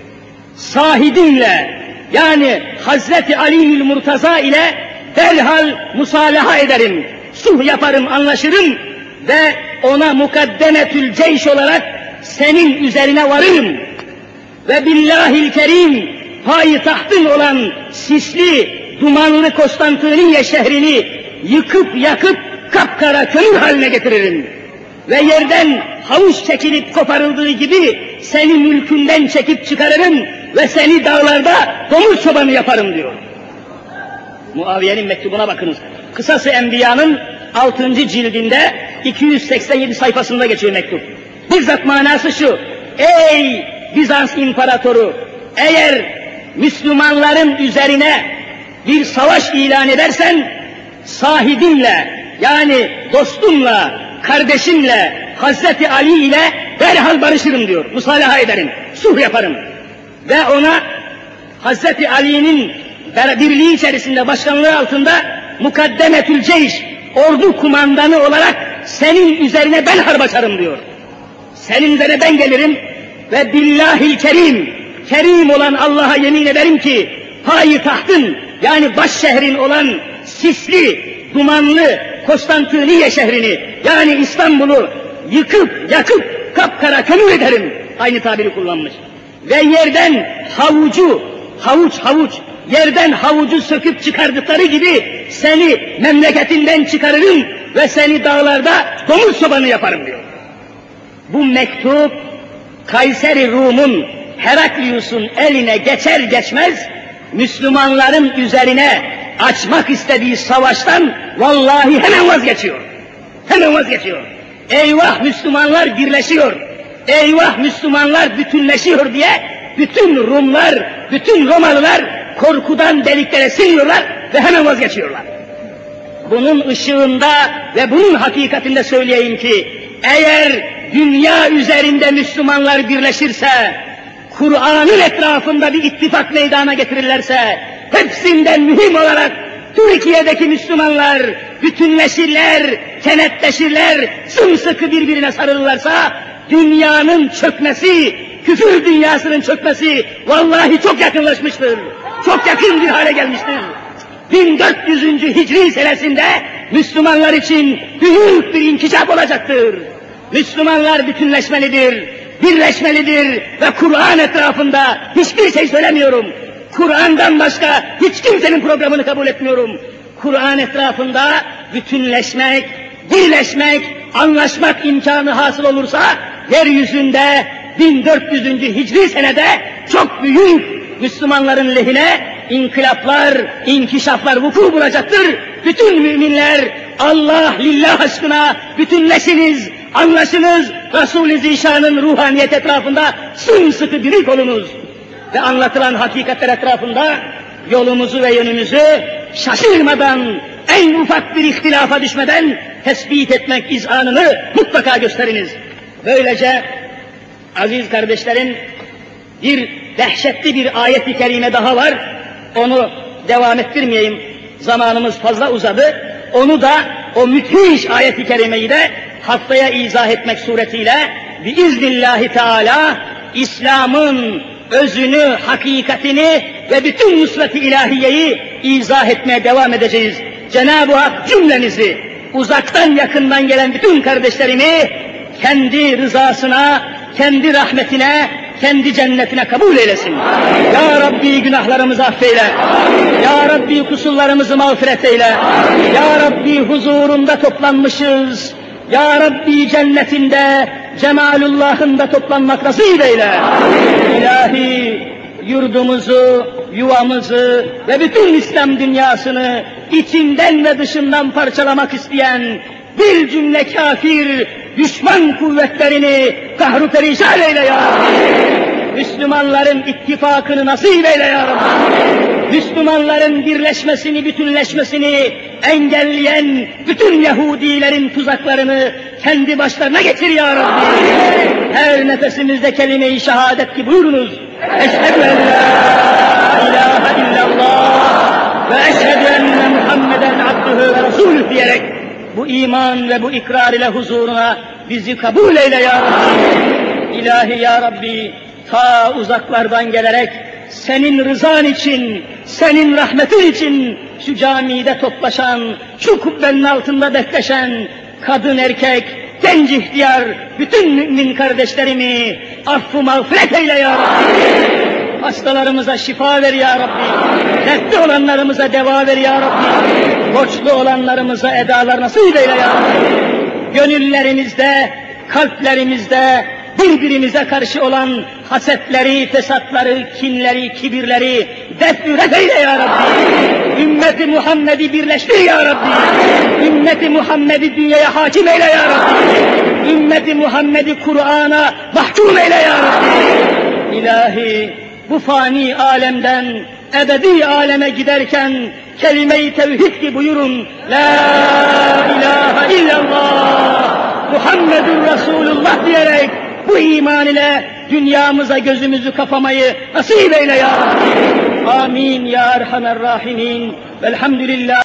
sahibinle, yani Hazreti Ali'ül Murtaza ile derhal musalaha ederim, sulh yaparım, anlaşırım ve ona mukaddemetül ceyş olarak senin üzerine varırım. Ve billahil kerim, payitahtın olan sisli, dumanlı Konstantiniye şehrini yıkıp yakıp kapkara kömür haline getiririm. Ve yerden havuç çekilip koparıldığı gibi seni mülkünden çekip çıkarırım ve seni dağlarda domuz çobanı yaparım diyor. Muaviye'nin mektubuna bakınız. Kısas-ı Enbiya'nın altıncı cildinde iki yüz seksen yedi sayfasında geçiyor mektup. Bizzat manası şu: ey Bizans İmparatoru, eğer Müslümanların üzerine bir savaş ilan edersen, sahibimle, yani dostumla, kardeşimle, Hazreti Ali ile derhal barışırım diyor, musalaha ederim, sulh yaparım. Ve ona Hazreti Ali'nin birliği içerisinde, başkanlığı altında Mukaddemetül Ceyş, ordu kumandanı olarak senin üzerine ben harp açarım diyor. Senin üzerine ben gelirim ve billahil kerim, kerim olan Allah'a yemin ederim ki, payitahtın, yani baş şehrin olan sisli, dumanlı Konstantiniye şehrini, yani İstanbul'u yıkıp, yakıp, kapkara kömür ederim. Aynı tabiri kullanmış. Ve yerden havucu, havuç havuç, yerden havucu söküp çıkardıkları gibi seni memleketinden çıkarırım ve seni dağlarda domuz çobanı yaparım diyor. Bu mektup, Kayseri Rum'un, Heraklius'un eline geçer geçmez, Müslümanların üzerine açmak istediği savaştan vallahi hemen vazgeçiyor. Hemen vazgeçiyor. Eyvah Müslümanlar birleşiyor. Eyvah Müslümanlar bütünleşiyor diye bütün Rumlar, bütün Romalılar korkudan deliklere siniyorlar ve hemen vazgeçiyorlar. Bunun ışığında ve bunun hakikatinde söyleyeyim ki, eğer dünya üzerinde Müslümanlar birleşirse, Kur'an'ın etrafında bir ittifak meydana getirirlerse, hepsinden mühim olarak Türkiye'deki Müslümanlar bütünleşirler, kenetleşirler, sımsıkı birbirine sarılırlarsa, dünyanın çökmesi, küfür dünyasının çökmesi vallahi çok yakınlaşmıştır. Çok yakın bir hale gelmiştir. bin dört yüzüncü Hicri senesinde Müslümanlar için büyük bir inkişaf olacaktır. Müslümanlar bütünleşmelidir, birleşmelidir ve Kur'an etrafında hiçbir şey söylemiyorum. Kur'an'dan başka hiç kimsenin programını kabul etmiyorum. Kur'an etrafında bütünleşmek, birleşmek, anlaşmak imkanı hasıl olursa, yeryüzünde bin dört yüzüncü Hicri senede çok büyük Müslümanların lehine inkılaplar, inkişaflar vuku bulacaktır. Bütün müminler Allah lillah aşkına bütünleşiniz, anlaşınız, Resul-i Zişan'ın ruhaniyet etrafında sımsıkı birlik olunuz. Ve anlatılan hakikatler etrafında yolumuzu ve yönümüzü şaşırmadan, en ufak bir ihtilafa düşmeden tespit etmek izanını mutlaka gösteriniz. Böylece aziz kardeşlerin, bir dehşetli bir ayet-i kerime daha var. Onu devam ettirmeyeyim, zamanımız fazla uzadı. Onu da, o müthiş ayet-i kerimeyi de haftaya izah etmek suretiyle biiznillahü teâlâ İslam'ın özünü, hakikatini ve bütün nusret-i ilahiyeyi izah etmeye devam edeceğiz. Cenab-ı Hak cümlemizi, uzaktan yakından gelen bütün kardeşlerimi kendi rızasına, kendi rahmetine, kendi cennetine kabul eylesin. Amin. Ya Rabbi günahlarımızı affeyle. Amin. Ya Rabbi kusurlarımızı mağfiret eyle. Amin. Ya Rabbi huzurunda toplanmışız. Ya Rabbi cennetinde, cemalullah'ında toplanmak nasip eyle. Amin. İlahi yurdumuzu, yuvamızı ve bütün İslam dünyasını içinden ve dışından parçalamak isteyen bir cümle kafir, düşman kuvvetlerini kahru perişan eyle ya Rabbi. Müslümanların ittifakını nasip eyle ya Rabbi. Müslümanların birleşmesini, bütünleşmesini engelleyen bütün Yahudilerin tuzaklarını kendi başlarına getir ya Rabbi. Her nefesimizde kelime-i şehadet ki buyurunuz. Eşhedü en la ilahe illallah ve eşhedü enne Muhammeden abdühü ve resulüh diyerek bu iman ve bu ikrar ile huzuruna bizi kabul eyle ya Rabbi. İlahi ya Rabbi, ta uzaklardan gelerek senin rızan için, senin rahmetin için şu camide toplaşan, şu kubbenin altında bekleşen kadın erkek, genç ihtiyar, bütün mümin kardeşlerimi affı mağfiret eyle ya Rabbi. Hastalarımıza şifa ver ya Rabbi. Dertli olanlarımıza deva ver ya Rabbi. Borçlu olanlarımıza edalar nasip eyle ya Rabbi. Gönüllerimizde, kalplerimizde birbirimize karşı olan hasetleri, fesatları, kinleri, kibirleri def-ü eyle ya Rabbi. Ümmeti Muhammed'i birleştir ya Rabbi. Ümmeti Muhammed'i dünyaya hakim eyle ya Rabbi. Ümmeti Muhammed'i Kur'an'a mahkum eyle ya Rabbi. İlahi, bu fani alemden ebedi aleme giderken kelime-i tevhid buyurun. La ilahe illallah Muhammedur Resulullah diyerek bu iman ile dünyamıza gözümüzü kapamayı nasip eyle ya Rabbi. Amin ya Erhamer Rahimin. Velhamdülillah.